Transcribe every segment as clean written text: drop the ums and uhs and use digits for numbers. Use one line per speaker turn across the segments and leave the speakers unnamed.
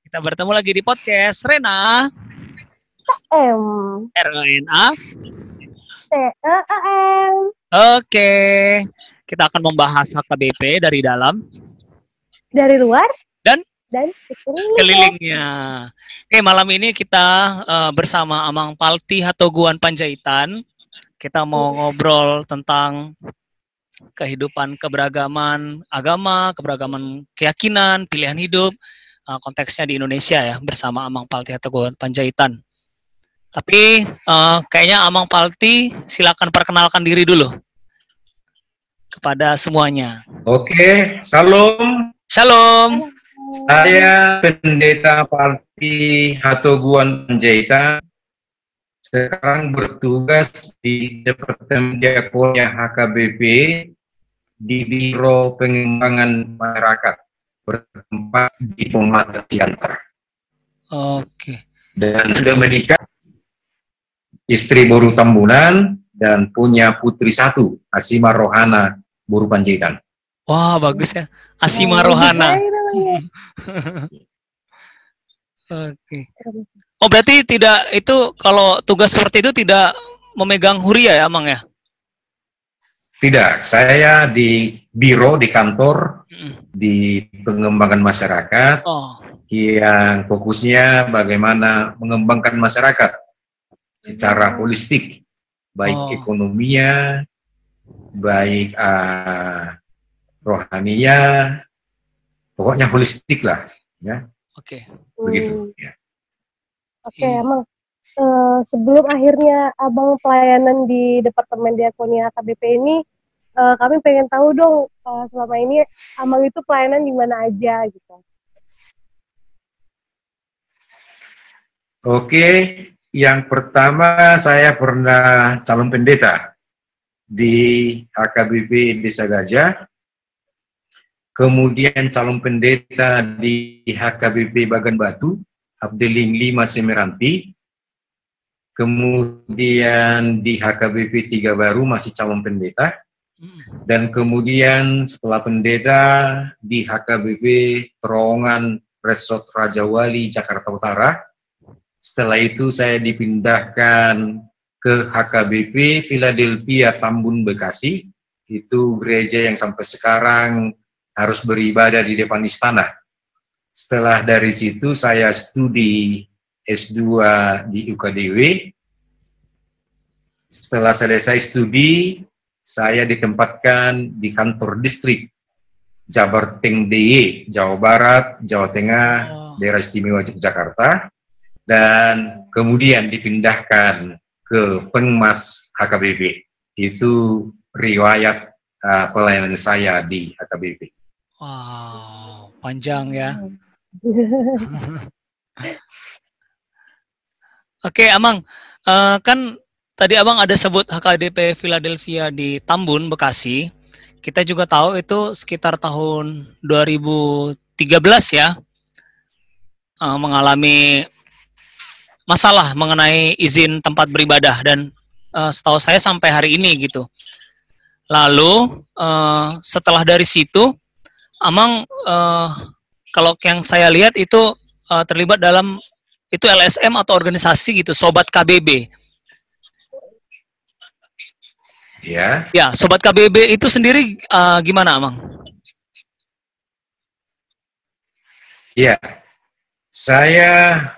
Kita bertemu lagi di podcast Rena
M
RNA.
TEAM.
Oke, kita akan membahas HKBP dari dalam,
Dari luar
dan
sekelilingnya.
sekelilingnya. Oke, malam ini kita bersama Amang Palti Hatoguan Panjaitan. Kita mau ngobrol tentang kehidupan keberagaman agama, keberagaman keyakinan, pilihan hidup, konteksnya di Indonesia ya, bersama Amang Palti Hatoguan Panjaitan. Tapi kayaknya Amang Palti silakan perkenalkan diri dulu kepada semuanya.
Oke, salam.
Shalom.
Saya Pendeta Palti Hatoguan Panjaitan. Sekarang bertugas di Departemen Diakonia HKBP di Biro Pengembangan Masyarakat bertempat di Pematang Siantar.
Oke.
Dan sudah menikah, istri baru Tambunan, dan punya putri satu, Asima Rohana Buru Panjaitan.
Wah, bagus ya. Asima Rohana. Oke. Oh, berarti tidak itu kalau tugas seperti itu tidak memegang huria ya, Amang ya?
Tidak, saya di biro, di kantor, di pengembangan masyarakat, yang fokusnya bagaimana mengembangkan masyarakat secara holistik, baik ekonominya, baik rohaninya, pokoknya holistik lah, ya.
Oke.
Begitu. Ya.
Oke, Amang. Sebelum akhirnya Abang pelayanan di Departemen Diakonia HKBP ini, kami pengen tahu dong, selama ini Amang itu pelayanan di mana aja gitu.
Oke, yang pertama saya pernah calon pendeta di HKBP Desa Gajah, kemudian calon pendeta di HKBP Bagan Batu, Abdeling 5 Semeranti, kemudian di HKBP 3 Baru masih calon pendeta, dan kemudian setelah pendeta di HKBP Terowongan Resort Raja Wali Jakarta Utara. Setelah itu saya dipindahkan ke HKBP Philadelphia Tambun Bekasi, itu gereja yang sampai sekarang harus beribadah di depan istana. Setelah dari situ saya studi S2 di UKDW. Setelah selesai studi, saya ditempatkan di kantor distrik Jabarteng DIY, Jawa Barat, Jawa Tengah, Daerah Istimewa Yogyakarta, dan kemudian dipindahkan ke Pengmas HKBP. Itu riwayat pelayanan saya di HKBP.
Wow, panjang ya. Oke, Amang, kan tadi Abang ada sebut HKBP Philadelphia di Tambun, Bekasi. Kita juga tahu itu sekitar tahun 2013 ya, mengalami masalah mengenai izin tempat beribadah, dan setahu saya sampai hari ini gitu. Lalu setelah dari situ, Amang kalau yang saya lihat itu terlibat dalam itu LSM atau organisasi gitu, Sobat KBB.
Ya.
Ya, Sobat KBB itu sendiri gimana, Amang?
Ya, saya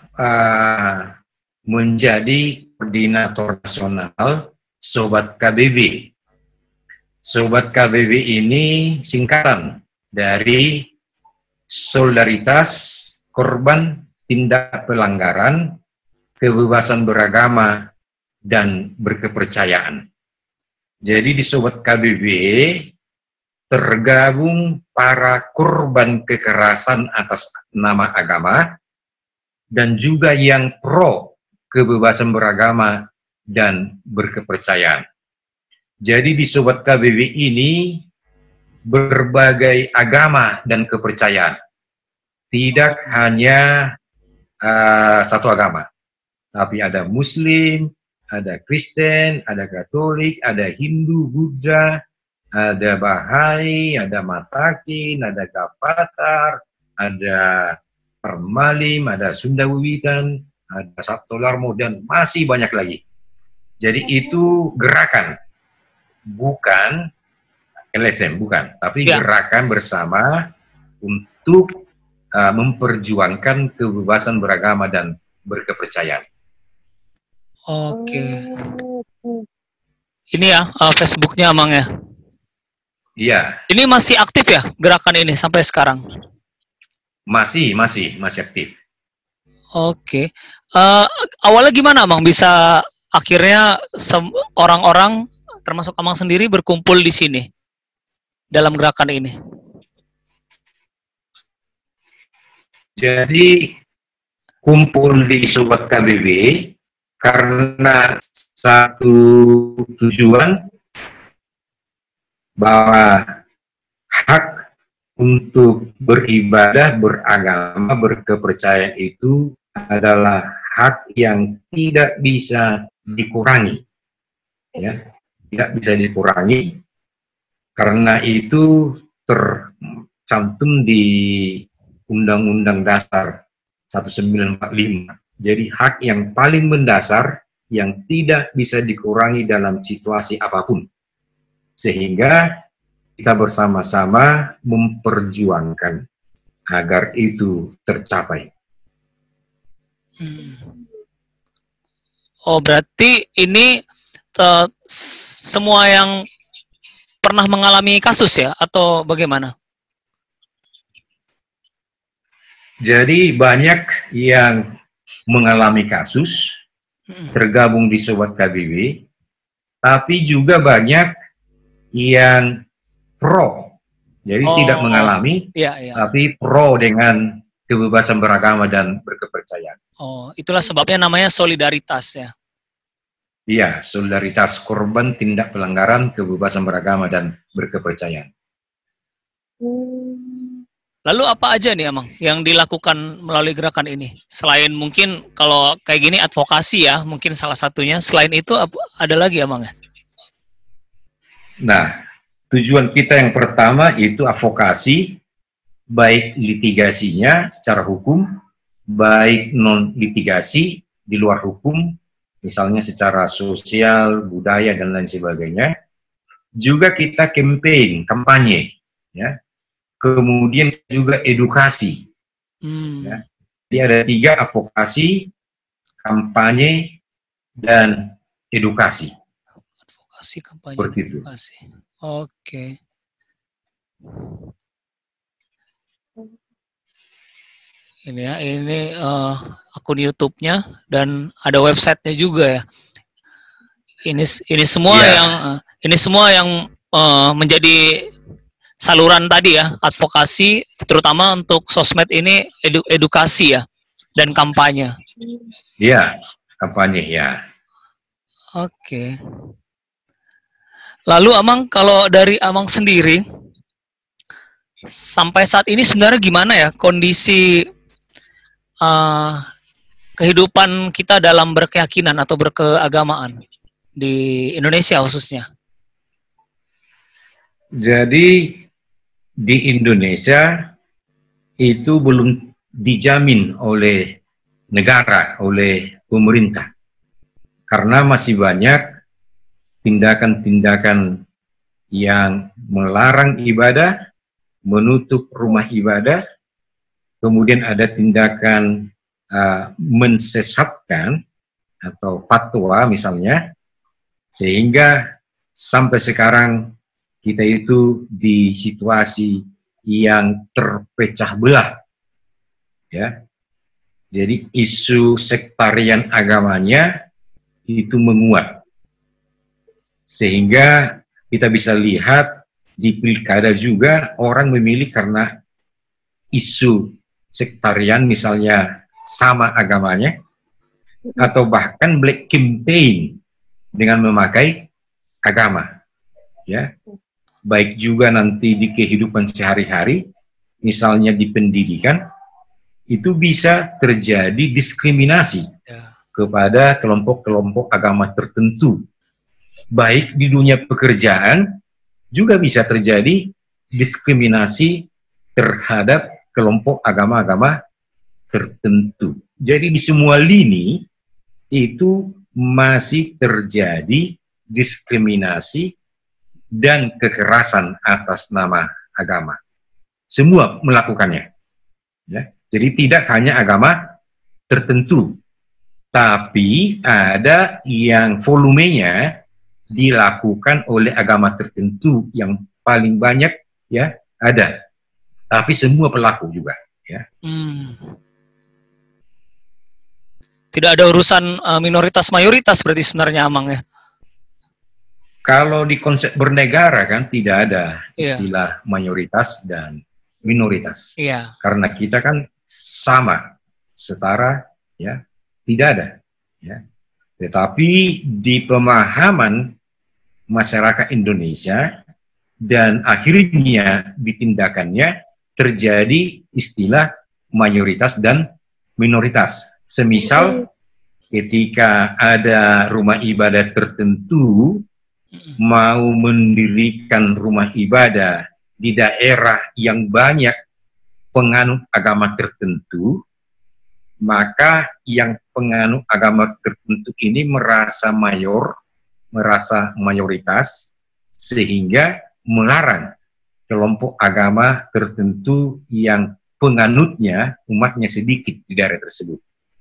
menjadi koordinator nasional Sobat KBB. Sobat KBB ini singkatan dari Solidaritas Korban Tindak Pelanggaran Kebebasan Beragama dan Berkepercayaan. Jadi di Sobat KBB tergabung para korban kekerasan atas nama agama dan juga yang pro kebebasan beragama dan berkepercayaan. Jadi di Sobat KBB ini berbagai agama dan kepercayaan. Tidak hanya satu agama, tapi ada Muslim, ada Kristen, ada Katolik, ada Hindu, Buddha, ada Bahai, ada Matakin, ada Gapatar, ada Parmalim, ada Sunda Wiwitan, ada Sabto Larmo, dan masih banyak lagi. Jadi itu gerakan, bukan LSM, bukan, tapi gerakan bersama untuk memperjuangkan kebebasan beragama dan berkepercayaan.
Oke. Ini ya Facebooknya Amang ya?
Iya.
Ini masih aktif ya gerakan ini sampai sekarang?
Masih aktif.
Oke. Awalnya gimana Amang bisa akhirnya orang-orang termasuk Amang sendiri berkumpul di sini dalam gerakan ini?
Jadi kumpul di Sobat KBB karena satu tujuan bahwa hak untuk beribadah, beragama, berkepercayaan itu adalah hak yang tidak bisa dikurangi, ya, tidak bisa dikurangi, karena itu tercantum di Undang-Undang Dasar 1945. Jadi hak yang paling mendasar yang tidak bisa dikurangi dalam situasi apapun. Sehingga kita bersama-sama memperjuangkan agar itu tercapai.
Oh, berarti ini semua yang pernah mengalami kasus ya, atau bagaimana?
Jadi banyak yang mengalami kasus, tergabung di Sobat KBB, tapi juga banyak yang pro, jadi tidak mengalami, tapi pro dengan kebebasan beragama dan berkepercayaan.
Oh, itulah sebabnya namanya solidaritas ya?
Iya, solidaritas korban tindak pelanggaran kebebasan beragama dan berkepercayaan.
Lalu apa aja nih Amang yang dilakukan melalui gerakan ini? Selain mungkin kalau kayak gini advokasi ya, mungkin salah satunya. Selain itu ada lagi Amang ya?
Nah, tujuan kita yang pertama itu advokasi, baik litigasinya secara hukum, baik non-litigasi di luar hukum, misalnya secara sosial, budaya, dan lain sebagainya. Juga kita kampanye, ya. Kemudian juga edukasi. Ya. Jadi ada 3, advokasi, kampanye, dan edukasi.
Advokasi, kampanye,
seperti
edukasi. Oke. Ini ya, ini akun YouTube-nya dan ada website-nya juga ya. Ini semua yang menjadi saluran tadi ya, advokasi, terutama untuk sosmed ini edukasi ya, dan kampanye.
Iya, kampanye ya.
Oke. Lalu Amang, kalau dari Amang sendiri, sampai saat ini sebenarnya gimana ya kondisi kehidupan kita dalam berkeyakinan atau berkeagamaan di Indonesia khususnya? Jadi
di Indonesia itu belum dijamin oleh negara, oleh pemerintah. Karena masih banyak tindakan-tindakan yang melarang ibadah, menutup rumah ibadah, kemudian ada tindakan mensesatkan atau fatwa misalnya, sehingga sampai sekarang kita itu di situasi yang terpecah belah, ya. Jadi isu sektarian agamanya itu menguat, sehingga kita bisa lihat di pilkada juga orang memilih karena isu sektarian, misalnya sama agamanya, atau bahkan black campaign dengan memakai agama, ya. Baik juga nanti di kehidupan sehari-hari, misalnya di pendidikan, itu bisa terjadi diskriminasi kepada kelompok-kelompok agama tertentu. Baik di dunia pekerjaan, juga bisa terjadi diskriminasi terhadap kelompok agama-agama tertentu. Jadi di semua lini itu masih terjadi diskriminasi dan kekerasan atas nama agama. Semua melakukannya. Ya. Jadi tidak hanya agama tertentu, tapi ada yang volumenya dilakukan oleh agama tertentu yang paling banyak, ya ada. Tapi semua pelaku juga. Ya.
Tidak ada urusan minoritas mayoritas berarti sebenarnya, Amang ya.
Kalau di konsep bernegara kan tidak ada istilah mayoritas dan minoritas.
Iya.
Karena kita kan sama, setara, ya, tidak ada. Ya. Tetapi di pemahaman masyarakat Indonesia dan akhirnya di tindakannya terjadi istilah mayoritas dan minoritas. Semisal ketika ada rumah ibadah tertentu mau mendirikan rumah ibadah di daerah yang banyak penganut agama tertentu, maka yang penganut agama tertentu ini merasa mayor, merasa mayoritas, sehingga melarang kelompok agama tertentu yang penganutnya, umatnya sedikit di daerah tersebut.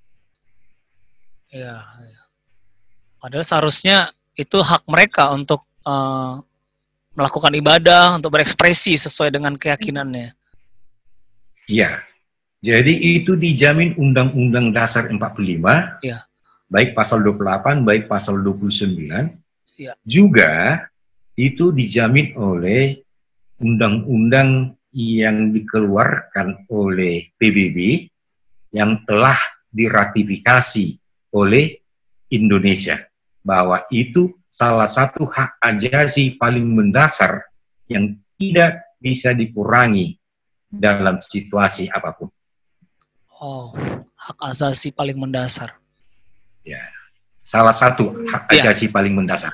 Ya. Padahal seharusnya itu hak mereka untuk melakukan ibadah, untuk berekspresi sesuai dengan keyakinannya.
Iya. Jadi itu dijamin Undang-Undang Dasar 45,
ya.
Baik pasal 28, baik pasal 29,
ya.
Juga itu dijamin oleh undang-undang yang dikeluarkan oleh PBB yang telah diratifikasi oleh Indonesia, bahwa itu salah satu hak asasi paling mendasar yang tidak bisa dikurangi dalam situasi apapun.
Oh, hak asasi paling mendasar.
Ya, salah satu hak asasi paling mendasar.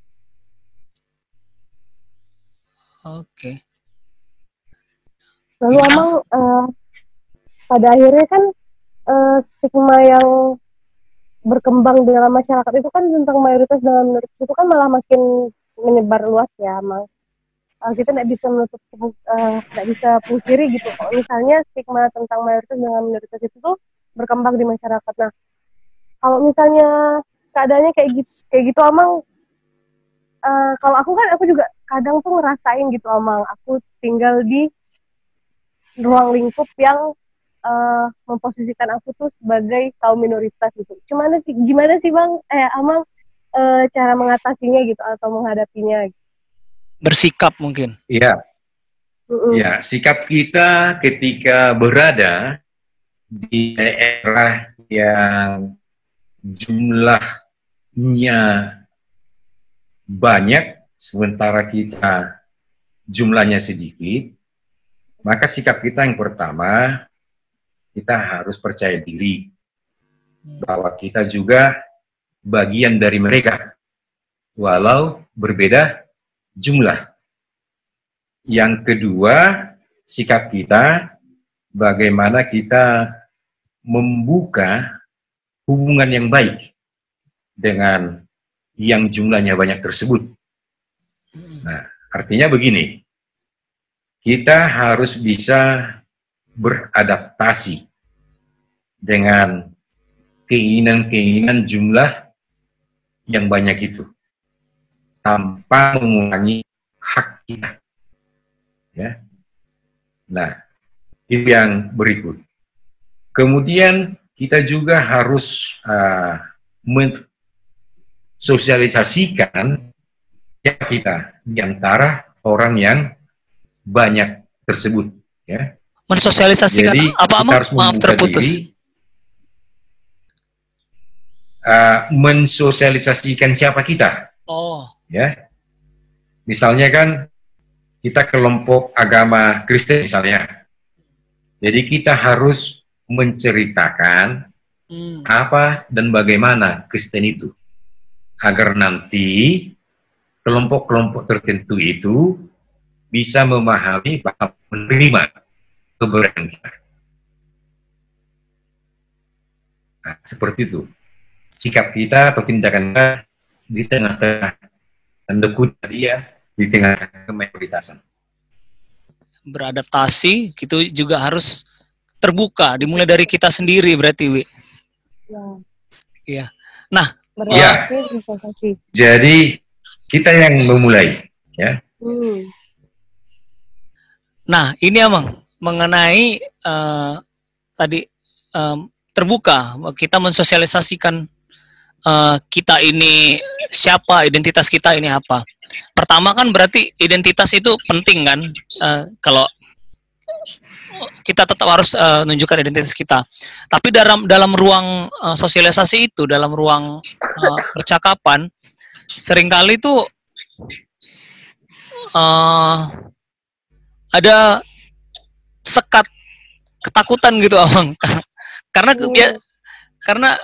Oke. Lalu Amang, pada akhirnya kan stigma yang berkembang di dalam masyarakat itu kan tentang mayoritas dan minoritas itu kan malah makin menyebar luas ya, Mang. Kita tidak bisa menutup, tidak bisa pungkiri gitu. Kalau misalnya stigma tentang mayoritas dengan minoritas itu tuh berkembang di masyarakat. Nah, kalau misalnya keadaannya kayak gitu, Amang, kalau aku juga kadang tuh ngerasain gitu, Amang. Aku tinggal di ruang lingkup yang memposisikan aku tuh sebagai kaum minoritas gitu. Gimana sih Bang, Amang, cara mengatasinya gitu atau menghadapinya? Gitu.
Bersikap mungkin.
Iya. Ya, sikap kita ketika berada di daerah yang jumlahnya banyak, sementara kita jumlahnya sedikit, maka sikap kita yang pertama, kita harus percaya diri bahwa kita juga bagian dari mereka, walau berbeda jumlah. Yang kedua, sikap kita bagaimana kita membuka hubungan yang baik dengan yang jumlahnya banyak tersebut. Nah, artinya begini, kita harus bisa beradaptasi dengan keinginan-keinginan jumlah yang banyak itu tanpa mengurangi hak kita. Ya. Nah, itu yang berikut. Kemudian kita juga harus mensosialisasikan kita di antara orang yang banyak tersebut. Ya.
Mensosialisasikan. Jadi, apa
harus
maaf terputus.
Mensosialisasikan siapa kita.
Oh.
Ya. Misalnya kan kita kelompok agama Kristen misalnya. Jadi kita harus menceritakan apa dan bagaimana Kristen itu, agar nanti kelompok-kelompok tertentu itu bisa memahami bahwa menerima keberadaan kita. Nah, seperti itu. Sikap kita atau tindakan kita di tengah-tengah tanda kutip dia di tengah kemayoritasan.
Beradaptasi gitu juga harus terbuka, dimulai dari kita sendiri berarti, Wi.
Ya.
Iya. Nah,
ya. Jadi kita yang memulai, ya.
Nah, ini Amang mengenai tadi terbuka, kita mensosialisasikan kita ini siapa, identitas kita ini apa. Pertama kan berarti identitas itu penting kan, kalau kita tetap harus menunjukkan identitas kita. Tapi dalam ruang sosialisasi itu, dalam ruang percakapan, seringkali tuh ada sekat ketakutan gitu, Amang. Karena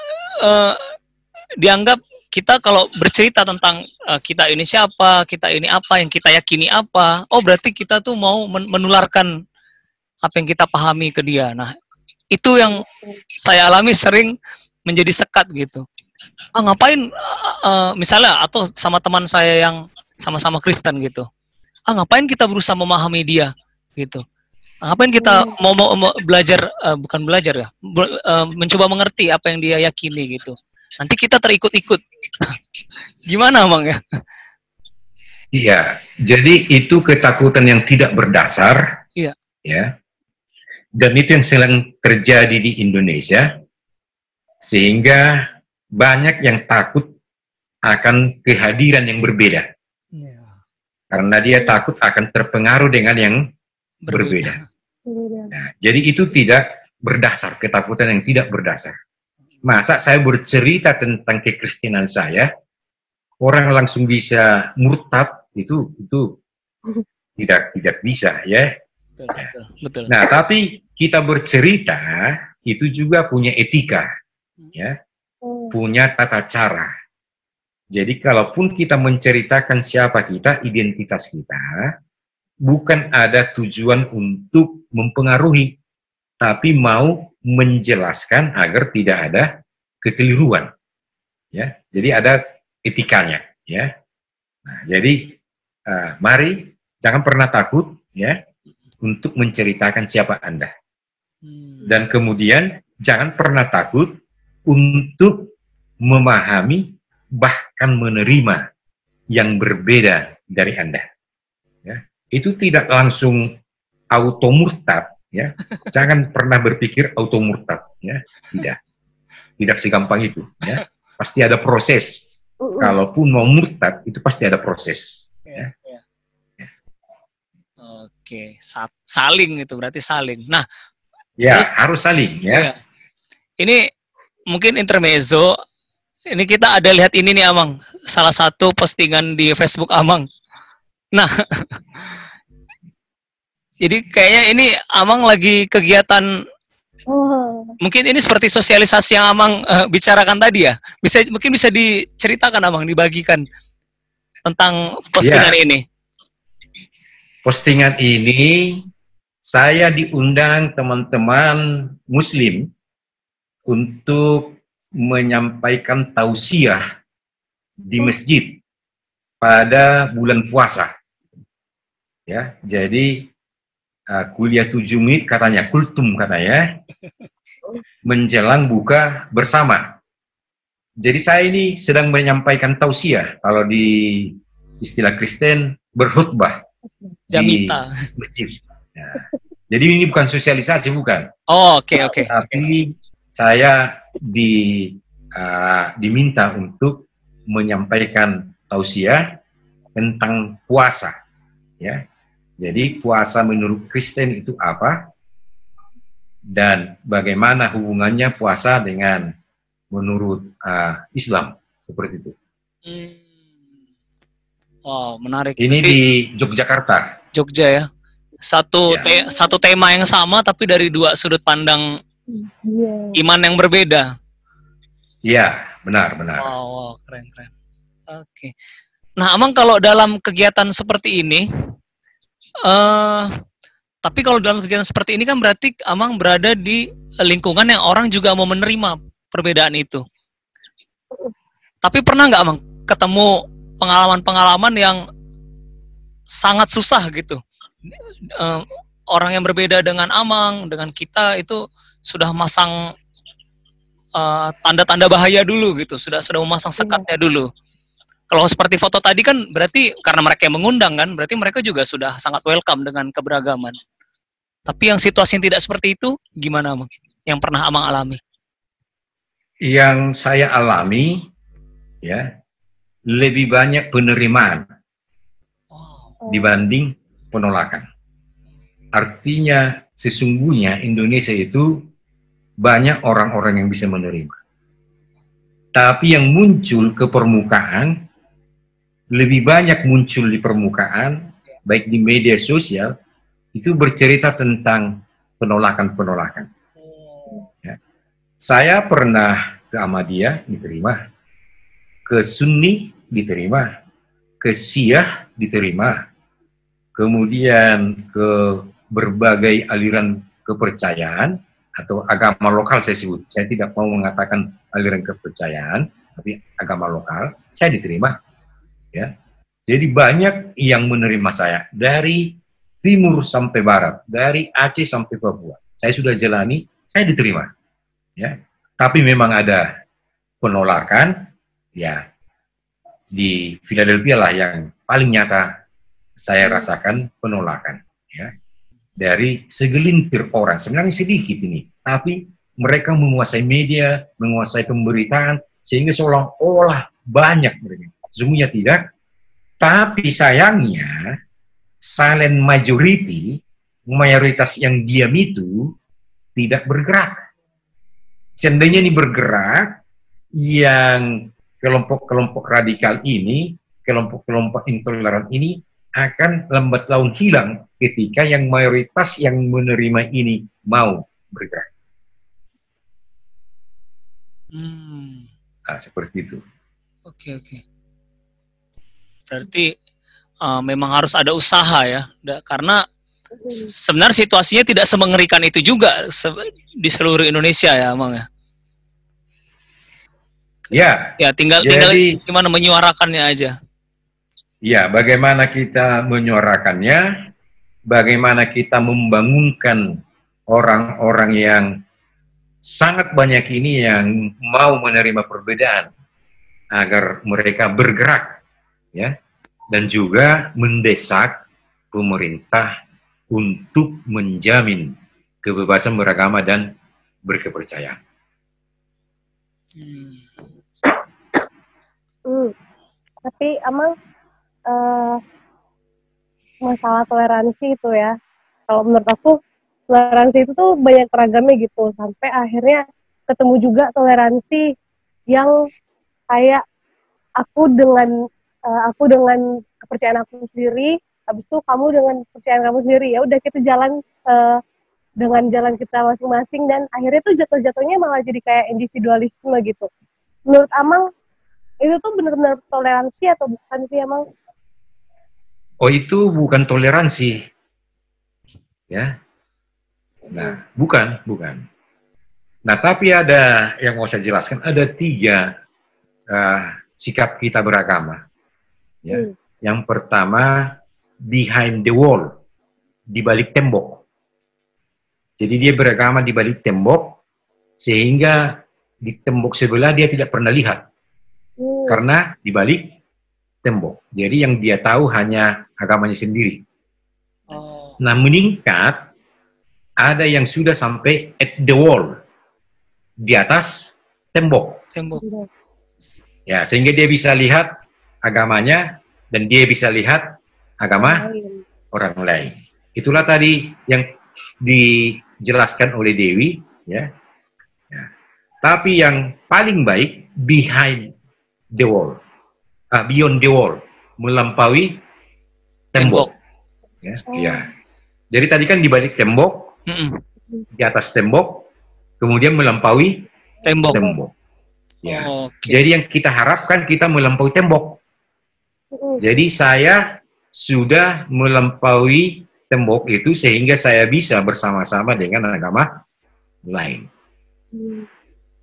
dianggap kita kalau bercerita tentang kita ini siapa, kita ini apa, yang kita yakini apa, oh berarti kita tuh mau menularkan apa yang kita pahami ke dia. Nah, itu yang saya alami sering menjadi sekat gitu. Ngapain, misalnya, atau sama teman saya yang sama-sama Kristen gitu. Ngapain kita berusaha memahami dia gitu. Ngapain kita mau belajar, bukan belajar ya, mencoba mengerti apa yang dia yakini gitu. Nanti kita terikut-ikut. Gimana, Mang ya?
Iya, jadi itu ketakutan yang tidak berdasar.
Iya.
Ya. Dan itu yang sedang terjadi di Indonesia, sehingga banyak yang takut akan kehadiran yang berbeda. Iya. Karena dia takut akan terpengaruh dengan yang berbeda. Nah, jadi itu tidak berdasar, ketakutan yang tidak berdasar. Masa saya bercerita tentang kekristenan saya, orang langsung bisa murtad, itu tidak bisa, ya.
Betul.
Nah, tapi kita bercerita itu juga punya etika, ya, punya tata cara. Jadi kalaupun kita menceritakan siapa kita, identitas kita, bukan ada tujuan untuk mempengaruhi, tapi mau menjelaskan agar tidak ada kekeliruan, ya. Jadi ada etikanya, ya. Nah, jadi mari jangan pernah takut, ya, untuk menceritakan siapa Anda. Dan kemudian jangan pernah takut untuk memahami bahkan menerima yang berbeda dari Anda. Ya. Itu tidak langsung auto murtad, ya. Jangan pernah berpikir auto murtad, ya. Tidak segampang itu, ya. Pasti ada proses. Kalaupun mau murtad itu pasti ada proses, ya.
Oke, saling itu berarti saling. Nah,
ya, harus saling, ya.
Ini mungkin intermezzo. Ini kita ada lihat ini nih, Amang. Salah satu postingan di Facebook Amang. Nah, jadi kayaknya ini Amang lagi kegiatan, mungkin ini seperti sosialisasi yang Amang bicarakan tadi ya. Mungkin bisa diceritakan, Amang, dibagikan tentang postingan ini.
Postingan ini saya diundang teman-teman Muslim untuk menyampaikan tausiah di masjid pada bulan puasa. Ya, jadi kuliah 7 menit katanya, kultum katanya, menjelang buka bersama. Jadi saya ini sedang menyampaikan tausiah, kalau di istilah Kristen berkhutbah.
Jamita.
Di masjid. Nah, jadi ini bukan sosialisasi, bukan.
Oh, oke.
Tapi saya diminta untuk menyampaikan tausiah tentang puasa, ya. Jadi puasa menurut Kristen itu apa dan bagaimana hubungannya puasa dengan menurut Islam, seperti itu.
Wow, menarik.
Ini di Yogyakarta.
Jogja ya. Satu tema yang sama tapi dari dua sudut pandang iman yang berbeda.
Iya, benar.
Wow, keren. Oke. Nah, Amang kalau dalam kegiatan seperti ini, tapi kalau dalam kegiatan seperti ini kan berarti Amang berada di lingkungan yang orang juga mau menerima perbedaan itu. Tapi pernah nggak Amang ketemu pengalaman-pengalaman yang sangat susah gitu? Orang yang berbeda dengan Amang, dengan kita itu sudah masang tanda-tanda bahaya dulu gitu, sudah memasang sekatnya dulu. Kalau seperti foto tadi kan berarti karena mereka yang mengundang kan, berarti mereka juga sudah sangat welcome dengan keberagaman. Tapi yang situasi yang tidak seperti itu gimana Amang? Yang pernah Amang alami?
Yang saya alami ya lebih banyak penerimaan dibanding penolakan. Artinya sesungguhnya Indonesia itu banyak orang-orang yang bisa menerima. Tapi yang muncul ke permukaan, lebih banyak muncul di permukaan, baik di media sosial, itu bercerita tentang penolakan-penolakan. Ya. Saya pernah ke Ahmadiyah, diterima. Ke Sunni, diterima. Ke Syiah, diterima. Kemudian ke berbagai aliran kepercayaan, atau agama lokal saya sebut. Saya tidak mau mengatakan aliran kepercayaan, tapi agama lokal, saya diterima. Ya. Jadi banyak yang menerima saya dari timur sampai barat, dari Aceh sampai Papua. Saya sudah jalani, saya diterima. Ya. Tapi memang ada penolakan, ya di Philadelphia lah yang paling nyata saya rasakan penolakan. Ya. Dari segelintir orang, sebenarnya sedikit ini, tapi mereka menguasai media, menguasai pemberitaan, sehingga seolah-olah banyak mereka. Sesungguhnya tidak, tapi sayangnya silent majority, mayoritas yang diam itu tidak bergerak. Seandainya ini bergerak, yang kelompok-kelompok radikal ini, kelompok-kelompok intoleran ini akan lambat laun hilang ketika yang mayoritas yang menerima ini mau bergerak. Nah, seperti itu.
Oke. Berarti memang harus ada usaha ya, karena sebenarnya situasinya tidak semengerikan itu juga di seluruh Indonesia ya, Amang ya. Ya, tinggal gimana menyuarakannya aja.
Ya, bagaimana kita menyuarakannya, bagaimana kita membangunkan orang-orang yang sangat banyak ini yang mau menerima perbedaan agar mereka bergerak, ya, dan juga mendesak pemerintah untuk menjamin kebebasan beragama dan berkepercayaan.
Tapi Amang, masalah toleransi itu ya, kalau menurut aku toleransi itu tuh banyak ragamnya gitu, sampai akhirnya ketemu juga toleransi yang kayak aku dengan kepercayaan aku sendiri, habis itu kamu dengan kepercayaan kamu sendiri, ya udah kita jalan dengan jalan kita masing-masing, dan akhirnya tuh jatuh-jatuhnya malah jadi kayak individualisme gitu. Menurut Amang itu tuh benar-benar toleransi atau bukan sih Amang?
Oh, itu bukan toleransi, ya. Nah, bukan. Nah, tapi ada yang mau saya jelaskan, ada 3 sikap kita beragama. Ya. Yang pertama, behind the wall, di balik tembok. Jadi dia beragama di balik tembok, sehingga di tembok sebelah dia tidak pernah lihat, karena di balik tembok. Jadi yang dia tahu hanya agamanya sendiri. Nah, meningkat, ada yang sudah sampai at the wall, di atas tembok. Ya, sehingga dia bisa lihat agamanya dan dia bisa lihat agama orang lain. Itulah tadi yang dijelaskan oleh Dewi, ya. Ya. Tapi yang paling baik behind the wall, beyond the wall, melampaui tembok. Ya, ya. Jadi tadi kan di balik tembok, di atas tembok, kemudian melampaui tembok. Ya. Jadi yang kita harapkan kita melampaui tembok. Jadi saya sudah melampaui tembok itu sehingga saya bisa bersama-sama dengan agama lain. Nah,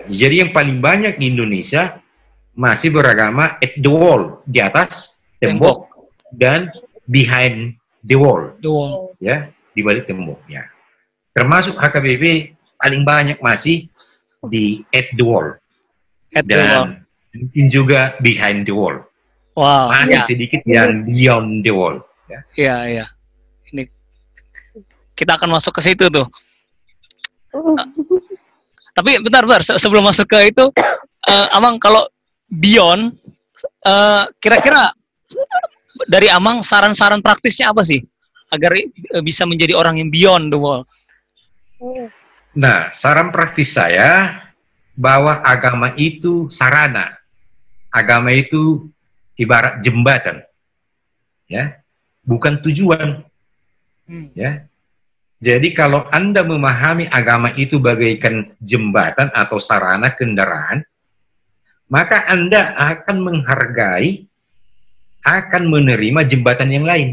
Jadi yang paling banyak di Indonesia masih beragama at the wall, di atas tembok dan behind the wall. Ya, di balik tembok ya. Termasuk HKBP paling banyak masih di at the wall. Dan mungkin juga behind the wall.
Wow.
Masih sedikit yang beyond the wall.
Iya. Ini kita akan masuk ke situ tuh. Tapi bentar, sebelum masuk ke itu, Amang kalau beyond, kira-kira dari Amang saran-saran praktisnya apa sih agar bisa menjadi orang yang beyond the wall?
Nah, saran praktis saya bahwa agama itu sarana, agama itu ibarat jembatan, ya, bukan tujuan, ya. Jadi kalau Anda memahami agama itu bagaikan jembatan atau sarana kendaraan, maka Anda akan menghargai, akan menerima jembatan yang lain.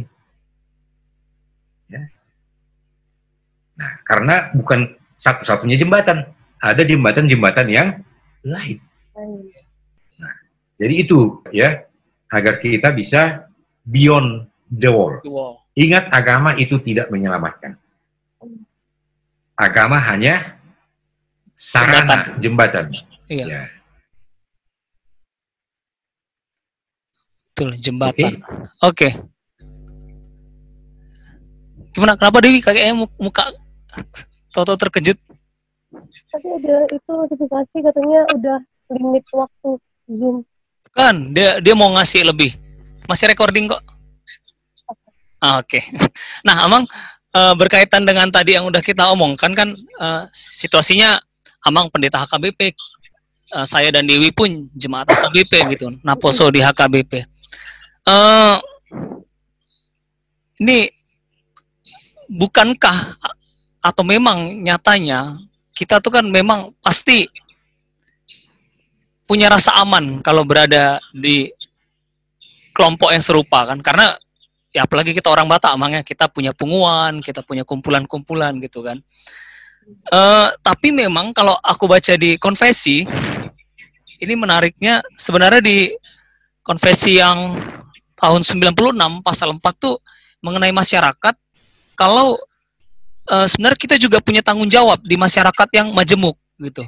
Ya. Nah, karena bukan satu-satunya jembatan, ada jembatan-jembatan yang lain. Nah, jadi itu ya, agar kita bisa beyond the wall. Ingat, agama itu tidak menyelamatkan. Agama hanya sarana, jembatan.
Iya.
Ya.
Betul, jembatan. Oke. Gimana? Kenapa Dewi kayaknya muka tahu-tahu terkejut?
Tadi ada itu notifikasi katanya udah limit waktu Zoom.
Kan, dia mau ngasih lebih. Masih recording kok. Oke. Nah, Amang, berkaitan dengan tadi yang udah kita omongkan kan, situasinya Amang pendeta HKBP, saya dan Dewi pun jemaat HKBP gitu, Naposo di HKBP. Ini bukankah atau memang nyatanya kita tuh kan memang pasti punya rasa aman kalau berada di kelompok yang serupa kan, karena ya apalagi kita orang Batak, emangnya kita punya punguan, kita punya kumpulan-kumpulan gitu kan. Tapi memang kalau aku baca di konfesi, ini menariknya sebenarnya di konfesi yang tahun 96 pasal 4 tuh mengenai masyarakat, kalau sebenarnya kita juga punya tanggung jawab di masyarakat yang majemuk gitu.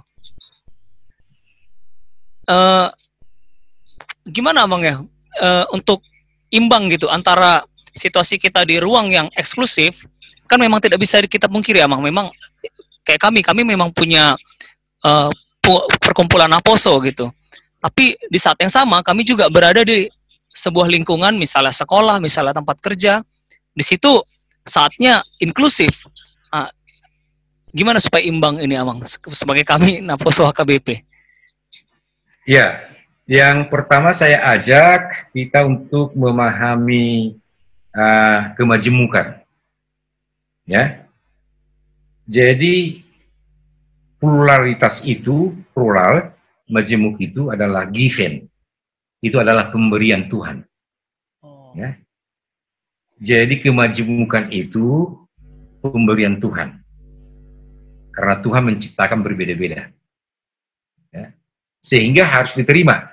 Gimana Bang ya, untuk imbang gitu antara situasi kita di ruang yang eksklusif, kan memang tidak bisa kita pungkiri Amang, memang kayak kami memang punya perkumpulan Naposo gitu. Tapi di saat yang sama kami juga berada di sebuah lingkungan, misalnya sekolah, misalnya tempat kerja. Di situ saatnya inklusif. Gimana supaya imbang ini Amang sebagai kami Naposo HKBP?
Ya, yang pertama saya ajak kita untuk memahami kemajemukan. Ya. Jadi pluralitas itu, plural, majemuk itu adalah given. Itu adalah pemberian Tuhan. Ya. Jadi kemajemukan itu pemberian Tuhan. Karena Tuhan menciptakan berbeda-beda. Ya. Sehingga harus diterima.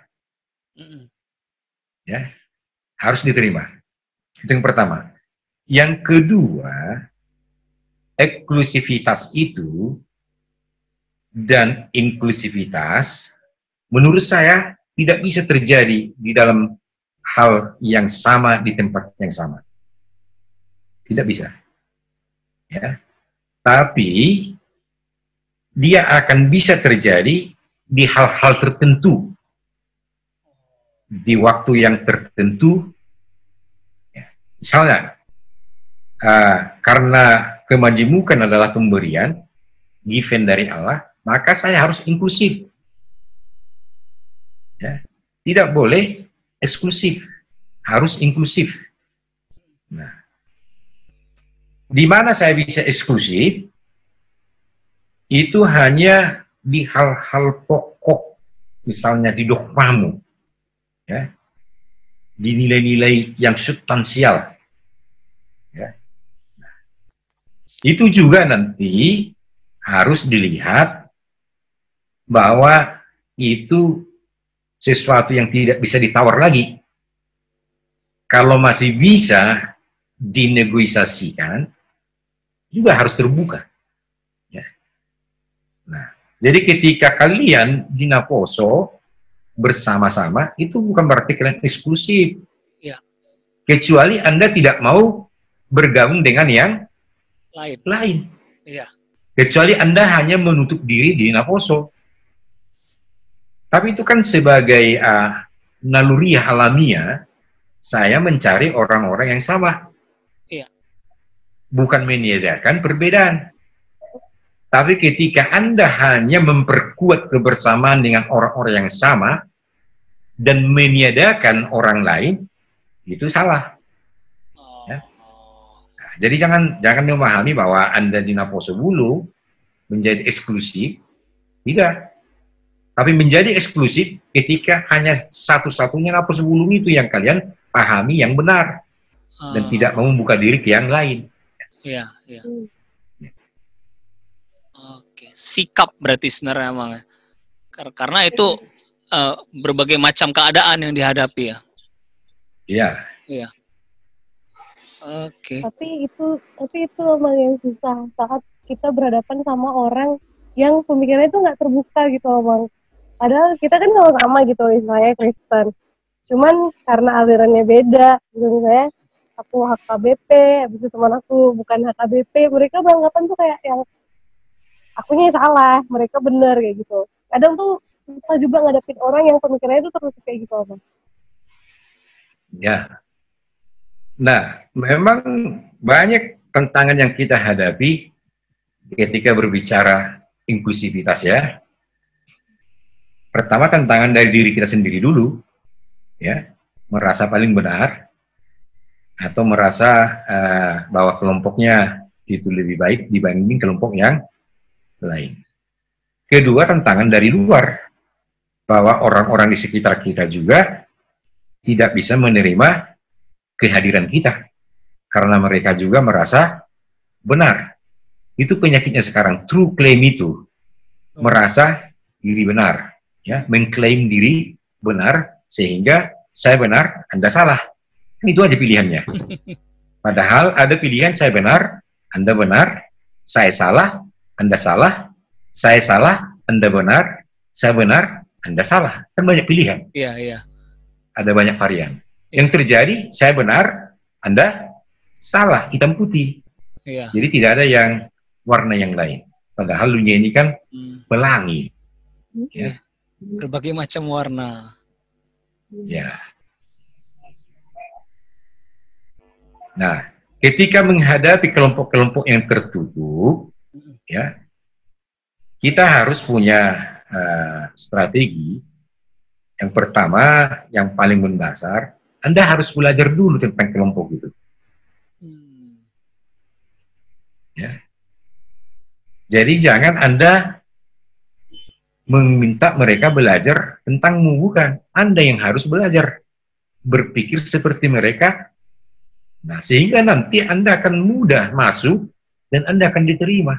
Ya. Harus diterima. Itu yang pertama. Yang kedua, eksklusivitas itu dan inklusivitas menurut saya tidak bisa terjadi di dalam hal yang sama di tempat yang sama. Tidak bisa. Ya. Tapi dia akan bisa terjadi di hal-hal tertentu. Di waktu yang tertentu. Ya. Misalnya, karena kemajemukan adalah pemberian, given dari Allah, maka saya harus inklusif. Ya. Tidak boleh eksklusif, harus inklusif. Nah, di mana saya bisa eksklusif? Itu hanya di hal-hal pokok, misalnya di dogmamu, ya, di nilai-nilai yang substansial. Ya. Nah, itu juga nanti harus dilihat bahwa itu sesuatu yang tidak bisa ditawar lagi. Kalau masih bisa dinegosiasikan, juga harus terbuka. Ya. Nah, jadi ketika kalian di Naposo bersama-sama, itu bukan berarti kalian eksklusif.
Ya.
Kecuali Anda tidak mau bergabung dengan yang lain.
Ya.
Kecuali Anda hanya menutup diri di Naposo. Tapi itu kan sebagai naluriah alamiah, saya mencari orang-orang yang sama.
Iya.
Bukan meniadakan perbedaan. Tapi ketika Anda hanya memperkuat kebersamaan dengan orang-orang yang sama dan meniadakan orang lain, itu salah. Ya. Nah, jadi jangan memahami bahwa Anda di Naposo Bulu menjadi eksklusif. Tidak. Tapi menjadi eksklusif ketika hanya satu-satunya Naposo Bulu itu yang kalian pahami yang benar dan tidak mau membuka diri ke yang lain.
Iya, iya. Oke, sikap berarti sebenarnya emang. Karena itu berbagai macam keadaan yang dihadapi ya.
Iya.
Iya. Oke.
Tapi itu emang yang susah saat kita berhadapan sama orang yang pemikirannya itu nggak terbuka gitu, Bang. Padahal kita kan sama gitu, istilahnya Kristen. Cuman karena alirannya beda, gitu misalnya aku HKBP, habis itu teman aku bukan HKBP, mereka beranggapan tuh kayak yang akunya salah, mereka benar kayak gitu. Kadang tuh susah juga ngadepin orang yang pemikirannya itu terus kayak gitu, Bang.
Ya. Nah, memang banyak tantangan yang kita hadapi ketika berbicara inklusivitas ya. Pertama, tantangan dari diri kita sendiri dulu, ya, merasa paling benar atau merasa bahwa kelompoknya itu lebih baik dibanding kelompok yang lain. Kedua, tantangan dari luar, bahwa orang-orang di sekitar kita juga tidak bisa menerima kehadiran kita karena mereka juga merasa benar. Itu penyakitnya sekarang, true claim itu, merasa diri benar, ya, mengklaim diri benar sehingga saya benar, Anda salah. Kan itu aja pilihannya. Padahal ada pilihan saya benar, Anda benar, saya salah, Anda salah, saya salah, Anda benar, saya benar, Anda salah. Kan banyak pilihan.
Iya, iya.
Ada banyak varian. Yang terjadi, saya benar, Anda salah, hitam putih.
Iya.
Jadi tidak ada yang warna yang lain. Padahal dunia ini kan pelangi. Ya.
Berbagai macam warna.
Ya. Nah, ketika menghadapi kelompok-kelompok yang tertutup, ya, kita harus punya strategi. Yang pertama, yang paling mendasar, Anda harus belajar dulu tentang kelompok itu. Ya. Jadi jangan Anda meminta mereka belajar tentangmu, bukan. Anda yang harus belajar berpikir seperti mereka. Nah, sehingga nanti Anda akan mudah masuk dan Anda akan diterima.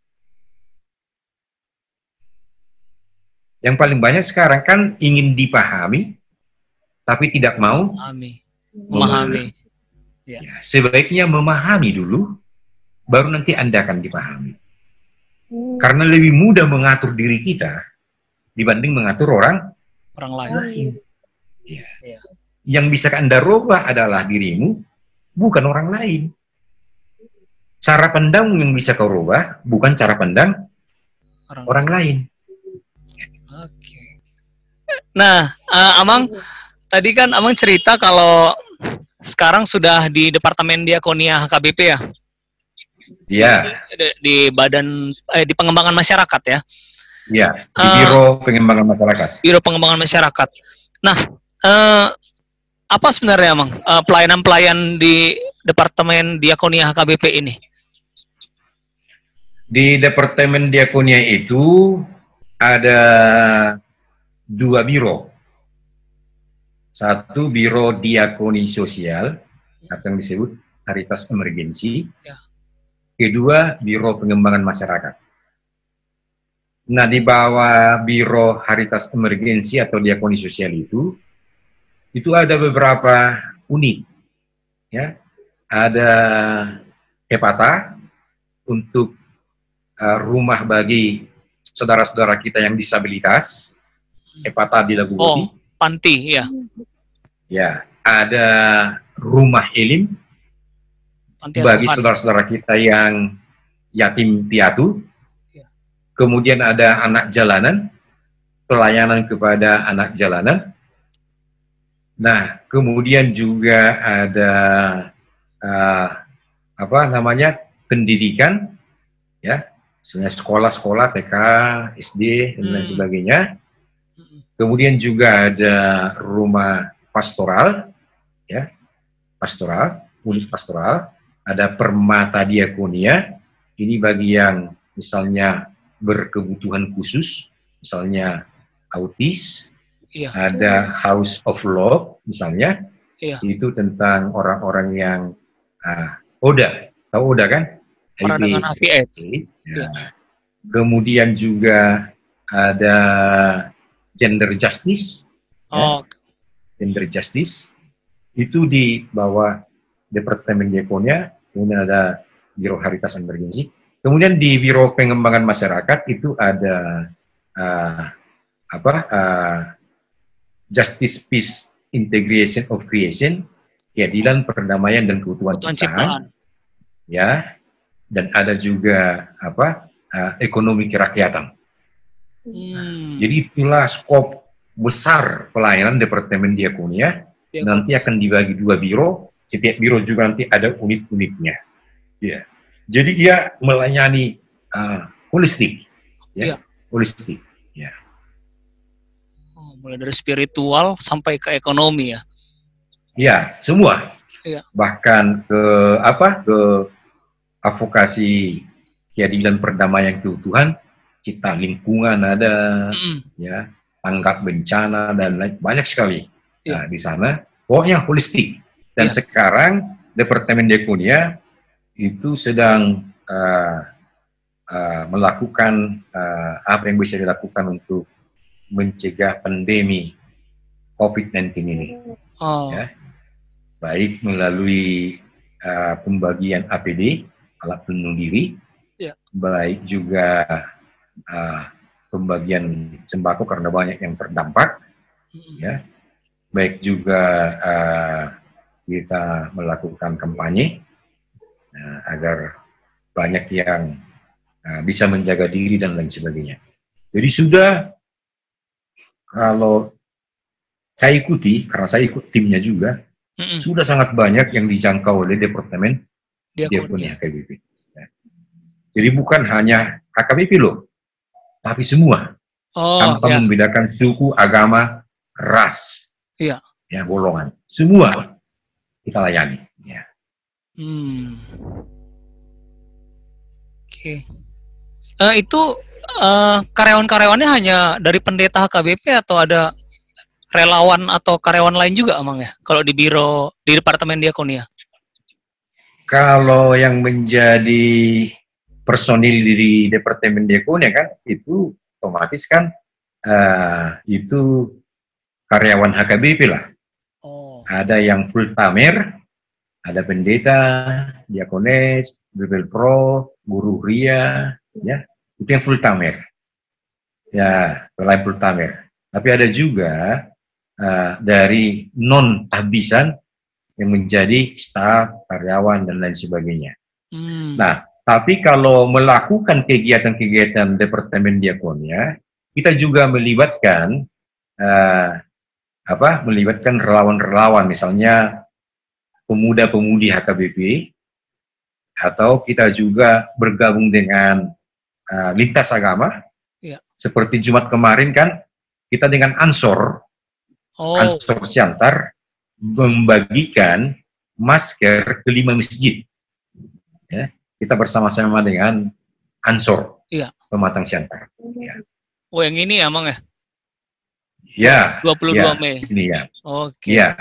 Yang paling banyak sekarang kan ingin dipahami, tapi tidak mau
memahami.
Ya, sebaiknya memahami dulu, baru nanti Anda akan dipahami. Karena lebih mudah mengatur diri kita dibanding mengatur orang lain. Ya.
Ya.
Yang bisa Anda rubah adalah dirimu, bukan orang lain. Cara pandangmu yang bisa kau rubah, bukan cara pandang orang lain.
Oke. Nah, Amang, tadi kan Amang cerita kalau sekarang sudah di Departemen Diakonia HKBP ya?
Iya.
Di badan di pengembangan masyarakat ya?
Iya, di Biro Pengembangan Masyarakat.
Biro Pengembangan Masyarakat. Nah, apa sebenarnya Amang pelayanan-pelayan di Departemen Diakonia HKBP ini?
Di Departemen Diakonia itu ada 2 biro. Satu biro diakoni sosial atau yang disebut Caritas Emergensi. Ya. Kedua, biro pengembangan masyarakat. Nah, di bawah Biro Haritas Emergensi atau Diakoni Sosial itu ada beberapa unit, ya. Ada Hepata untuk rumah bagi saudara-saudara kita yang disabilitas, Hepata di Lagubodi.
Oh, panti, ya.
Ya, ada rumah Elim bagi saudara-saudara kita yang yatim piatu. Kemudian ada anak jalanan, pelayanan kepada anak jalanan. Nah, kemudian juga ada pendidikan, ya, misalnya sekolah-sekolah TK, SD dan lain sebagainya. Kemudian juga ada rumah pastoral, ya, unit pastoral. Ada Permata Diakonia, ini bagi yang misalnya berkebutuhan khusus, misalnya autis. Iya. Ada House of Love, misalnya, iya, itu tentang orang-orang yang ODA, tahu ODA kan?
Orang dengan HIV/AIDS.
Ya. Kemudian juga ada Gender Justice, Gender Justice, itu di bawah Departemen Diakonia. Kemudian ada Biro Haritas Emergensi. Kemudian di Biro Pengembangan Masyarakat itu ada Justice, Peace, Integration of Creation, keadilan, perdamaian dan keutuhan ciptaan. Ya, dan ada juga ekonomi kerakyatan. Jadi itulah skop besar pelayanan Departemen Diakonia. Nanti akan dibagi 2 biro, setiap biro juga nanti ada unit-unitnya. Ya. Jadi dia melayani holistik, ya, holistik. Ya.
Mulai dari spiritual sampai ke ekonomi, ya.
Ya, semua.
Ya.
Bahkan ke advokasi keadilan, perdamaian, keutuhan, cipta lingkungan ada, ya, tanggap bencana dan lain, banyak sekali. Nah, di sana pokoknya holistik. Dan sekarang Departemen Diakonia itu sedang melakukan apa yang bisa dilakukan untuk mencegah pandemi COVID-19 ini. Ya. Baik melalui pembagian APD, alat pelindung diri, baik juga pembagian sembako karena banyak yang terdampak, ya. Baik juga kita melakukan kampanye agar banyak yang bisa menjaga diri dan lain sebagainya. Jadi sudah, kalau saya ikuti, karena saya ikut timnya juga, sudah sangat banyak yang dijangkau oleh Departemen Diakonia HKBP. Ya. Jadi bukan hanya HKBP loh, tapi semua, tanpa membedakan suku, agama, ras, ya, golongan, semua kita layani. Ya.
Oke. Itu karyawan-karyawannya hanya dari pendeta HKBP atau ada relawan atau karyawan lain juga, Amang, ya? Kalau di biro, di Departemen Diakonia?
Kalau yang menjadi personil di Departemen Diakonia kan, itu otomatis kan itu karyawan HKBP lah. Ada yang full tamer, ada pendeta, diakones, bibel pro, guru ria, ya, itu yang full tamer. Ya, selain full tamer. Tapi ada juga dari non tahbisan yang menjadi staf, karyawan dan lain sebagainya. Nah, tapi kalau melakukan kegiatan-kegiatan Departemen Diakonia, kita juga melibatkan melibatkan relawan-relawan, misalnya pemuda-pemudi HKBP, atau kita juga bergabung dengan lintas agama. Seperti Jumat kemarin kan kita dengan Ansor Siantar membagikan masker ke 5 masjid. Ya, kita bersama-sama dengan Ansor Pematang Siantar. Ya.
Oh, yang ini ya, Mang, ya?
Ya.
22 Mei.
Ini ya.
Oke.
Ya.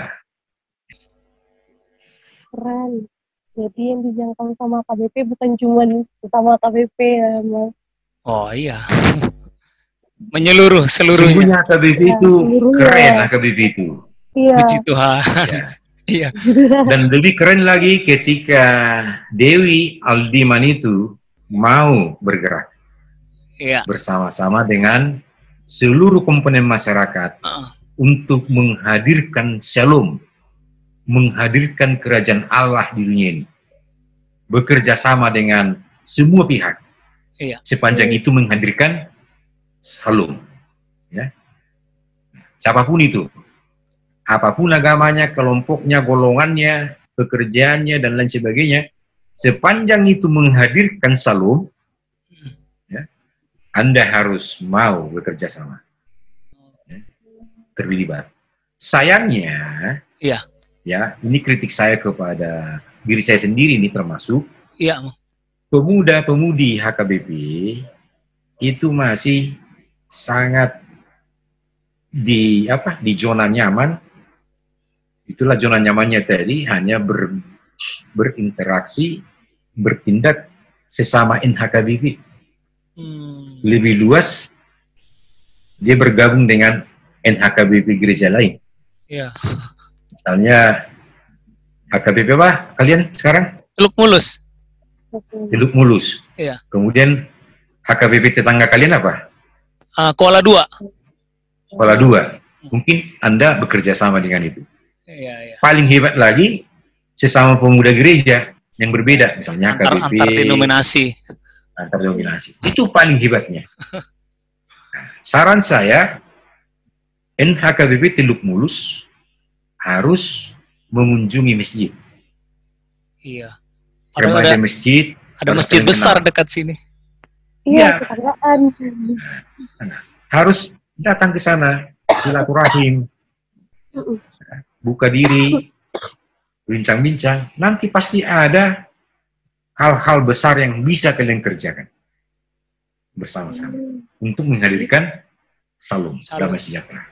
Keren. Jadi yang dijangkau sama KBP bukan cuma sama KBP ya, Mang.
Oh iya. Menyeluruh seluruhnya.
Sungguhnya HKBP itu
seluruhnya.
keren, HKBP itu.
Iya.
Puji Tuhan.
Ya.
Iya.
Dan lebih keren lagi ketika Dewi Aldiman itu mau bergerak
Iya.
bersama-sama dengan seluruh komponen masyarakat untuk menghadirkan shalom, menghadirkan kerajaan Allah di dunia ini. Bekerja sama dengan semua pihak.
Iya.
Sepanjang itu menghadirkan shalom. Ya. Siapapun itu, apapun agamanya, kelompoknya, golongannya, pekerjaannya, dan lain sebagainya, sepanjang itu menghadirkan shalom, ya, Anda harus mau bekerja sama. Ya, terlibat. Sayangnya,
Iya.
Ya, ini kritik saya kepada diri saya sendiri ini termasuk,
Iya.
pemuda-pemudi HKBP itu masih sangat di zona nyaman. Itulah zona nyamannya tadi, hanya berinteraksi, bertindak sesama NHKBP. Lebih luas, dia bergabung dengan NHKBP gereja lain.
Iya.
Misalnya HKBP apa kalian sekarang?
Teluk Mulus.
Teluk Mulus.
Iya.
Kemudian HKBP tetangga kalian apa?
Kuala 2.
Kuala 2. Mungkin Anda bekerja sama dengan itu.
Iya, iya.
Paling hebat lagi, sesama pemuda gereja yang berbeda, misalnya HKBP.
Antar denominasi.
Antar denominasi. Itu paling hebatnya. Nah, saran saya, NHKBP Teluk Mulus harus mengunjungi masjid.
Iya.
Remaja masjid.
Ada masjid besar dekat sini.
Iya, tetanggaan.
Harus datang ke sana, silaturahim, buka diri, bincang-bincang. Nanti pasti ada hal-hal besar yang bisa kalian kerjakan bersama-sama untuk menghadirkan shalom, damai sejahtera.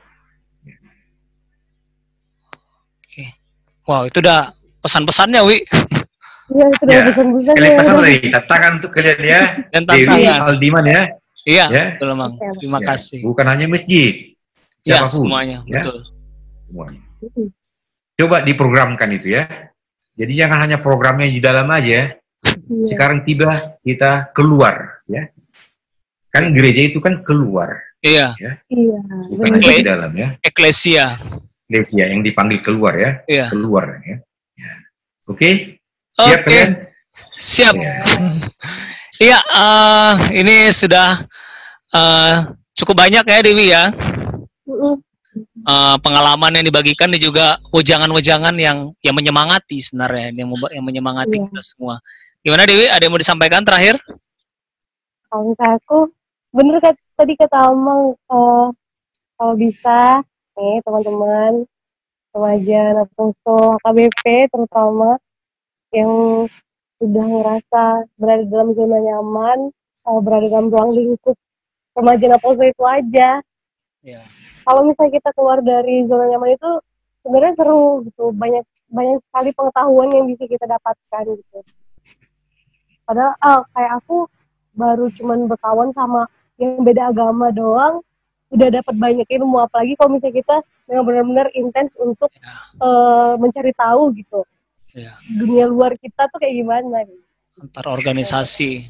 Wow, itu udah pesan-pesannya, Wi.
Iya, itu udah pesan-pesannya.
Kalian pesan lagi, tantangan untuk kalian ya.
Dan
Dewi, Aldiman ya.
Iya,
ya.
betul, Mang. Terima kasih.
Bukan hanya masjid,
ya,
siapapun.
Semuanya,
ya.
betul.
Semuanya. Coba diprogramkan itu ya. Jadi jangan hanya programnya di dalam aja. Sekarang tiba kita keluar, ya. Kan gereja itu kan keluar.
Iya.
Ya.
Iya.
Bukan hanya di dalam ya.
Eklesia.
Eklesia yang dipanggil keluar ya.
Iya.
Keluar ya. Oke. Siap kalian?
Siap. Iya, ini sudah cukup banyak ya Dewi ya. Pengalaman yang dibagikan dan juga wejangan-wejangan yang menyemangati sebenarnya, yang menyemangati kita semua. Gimana Dewi? Ada yang mau disampaikan terakhir?
Kalau misalnya aku, bener kan tadi kata Amang, kalau bisa nih teman-teman remaja Naposo HKBP terutama yang sudah ngerasa berada dalam zona nyaman, berada dalam ruang lingkup remaja Naposo itu aja.
Yeah.
Kalau misalnya kita keluar dari zona nyaman itu sebenarnya seru gitu, banyak sekali pengetahuan yang bisa kita dapatkan gitu. Padahal kayak aku baru cuman berkawan sama yang beda agama doang, udah dapat banyak ilmu, apalagi kalau misalnya kita memang benar-benar intens untuk mencari tahu gitu. Dunia luar kita tuh kayak gimana gitu.
Antar organisasi.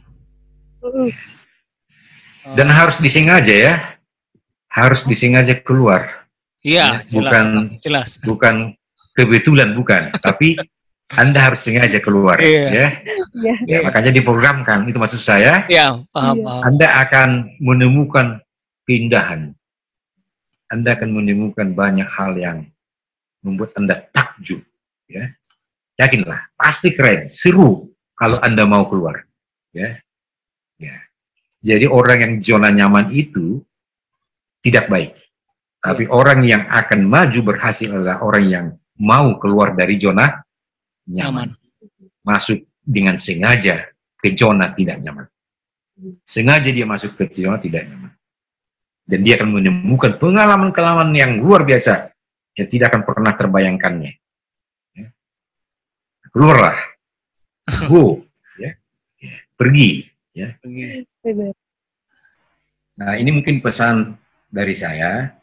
Dan harus disengaja ya. Harus disengaja keluar.
Iya,
jelas. Bukan kebetulan, bukan. Tapi Anda harus sengaja keluar. Ya. Ya, makanya diprogramkan. Itu maksud saya.
Iya, paham.
Anda akan menemukan keindahan. Anda akan menemukan banyak hal yang membuat Anda takjub. Ya. Yakinlah, pasti keren, seru kalau Anda mau keluar. Ya. Ya. Jadi orang yang zona nyaman itu tidak baik. Tapi orang yang akan maju berhasil adalah orang yang mau keluar dari zona nyaman. Masuk dengan sengaja ke zona tidak nyaman. Sengaja dia masuk ke zona tidak nyaman. Dan dia akan menemukan pengalaman-pengalaman yang luar biasa yang tidak akan pernah terbayangkannya. Ya. Keluarlah. Go. Ya. Pergi. Ya. Nah, ini mungkin pesan dari saya.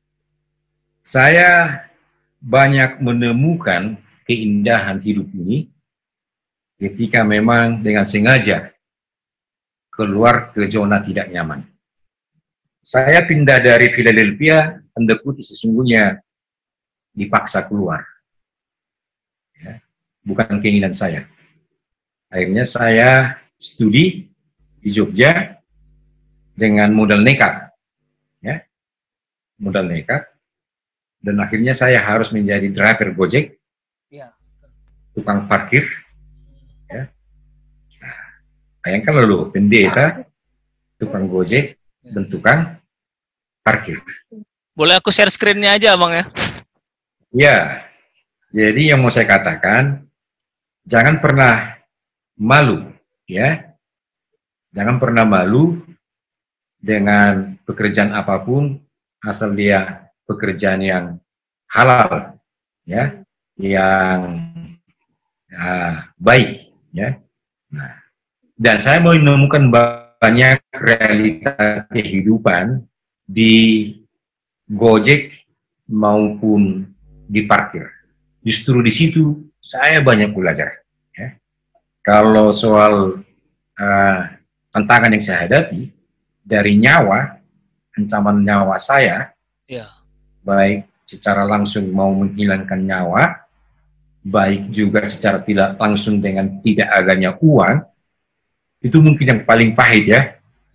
Saya banyak menemukan keindahan hidup ini ketika memang dengan sengaja keluar ke zona tidak nyaman. Saya pindah dari Philadelphia, tanda kutip sesungguhnya dipaksa keluar. Ya, bukan keinginan saya. Akhirnya saya studi di Jogja dengan modal nekat. Ya, modal nekat. Dan akhirnya saya harus menjadi driver Gojek, tukang parkir. Ya. Nah, bayangkan lalu, pendeta, tukang Gojek, dan tukang parkir.
Boleh aku share screen-nya aja, Bang ya?
Ya, jadi yang mau saya katakan, jangan pernah malu, ya. Jangan pernah malu dengan pekerjaan apapun, asal dia pekerjaan yang halal, ya, yang baik, ya. Nah, dan saya mau menemukan banyak realita kehidupan di Gojek maupun di parkir. Justru di situ saya banyak belajar. Ya. Kalau soal tantangan yang saya hadapi dari nyawa, ancaman nyawa saya, baik secara langsung mau menghilangkan nyawa, baik juga secara tidak langsung dengan tidak adanya uang, itu mungkin yang paling pahit ya.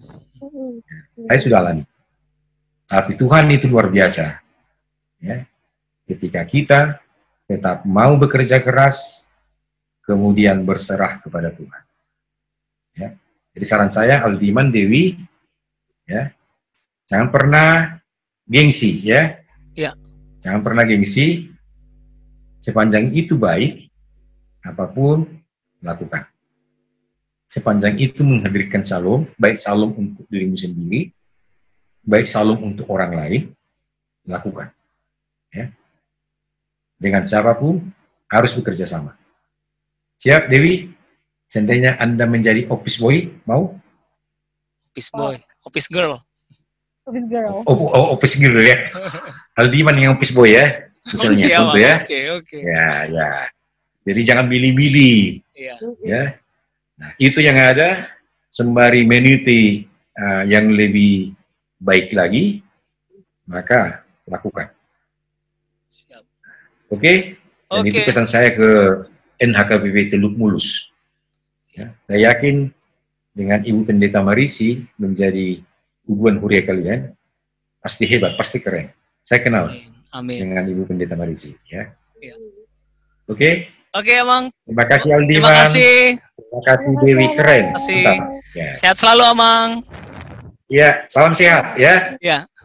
Saya sudah alami. Tapi Tuhan itu luar biasa. Ya. Ketika kita tetap mau bekerja keras, kemudian berserah kepada Tuhan. Ya. Jadi saran saya, Aldiman, Dewi, ya, jangan pernah gengsi, ya.
Ya.
Jangan pernah gengsi. Sepanjang itu baik, apapun lakukan. Sepanjang itu menghadirkan shalom, baik shalom untuk dirimu sendiri, baik shalom untuk orang lain, lakukan. Ya. Dengan siapapun harus bekerja sama. Siap, Dewi? Seandainya Anda menjadi office boy, mau?
Office boy, office girl.
Office girl.
Office girl ya. Aldiman yang office boy ya, misalnya, contoh ya.
Oke.
Ya. Jadi jangan milih-milih.
Iya.
Ya. Nah, itu yang ada, sembari menuti yang lebih baik lagi, maka lakukan.
Siap.
Oke? Dan itu pesan saya ke NHKBP Teluk Mulus. Ya, saya yakin dengan Ibu Pendeta Marisi menjadi hubungan huria kalian, pasti hebat, pasti keren. Saya kenal dengan Ibu Pendeta Marisi. Ya. Oke?
Oke, Amang.
Terima kasih, Aldiman.
Terima kasih.
Terima kasih, Dewi, keren.
Terima kasih. Ya. Sehat selalu, Amang.
Ya, salam sehat ya.
Ya.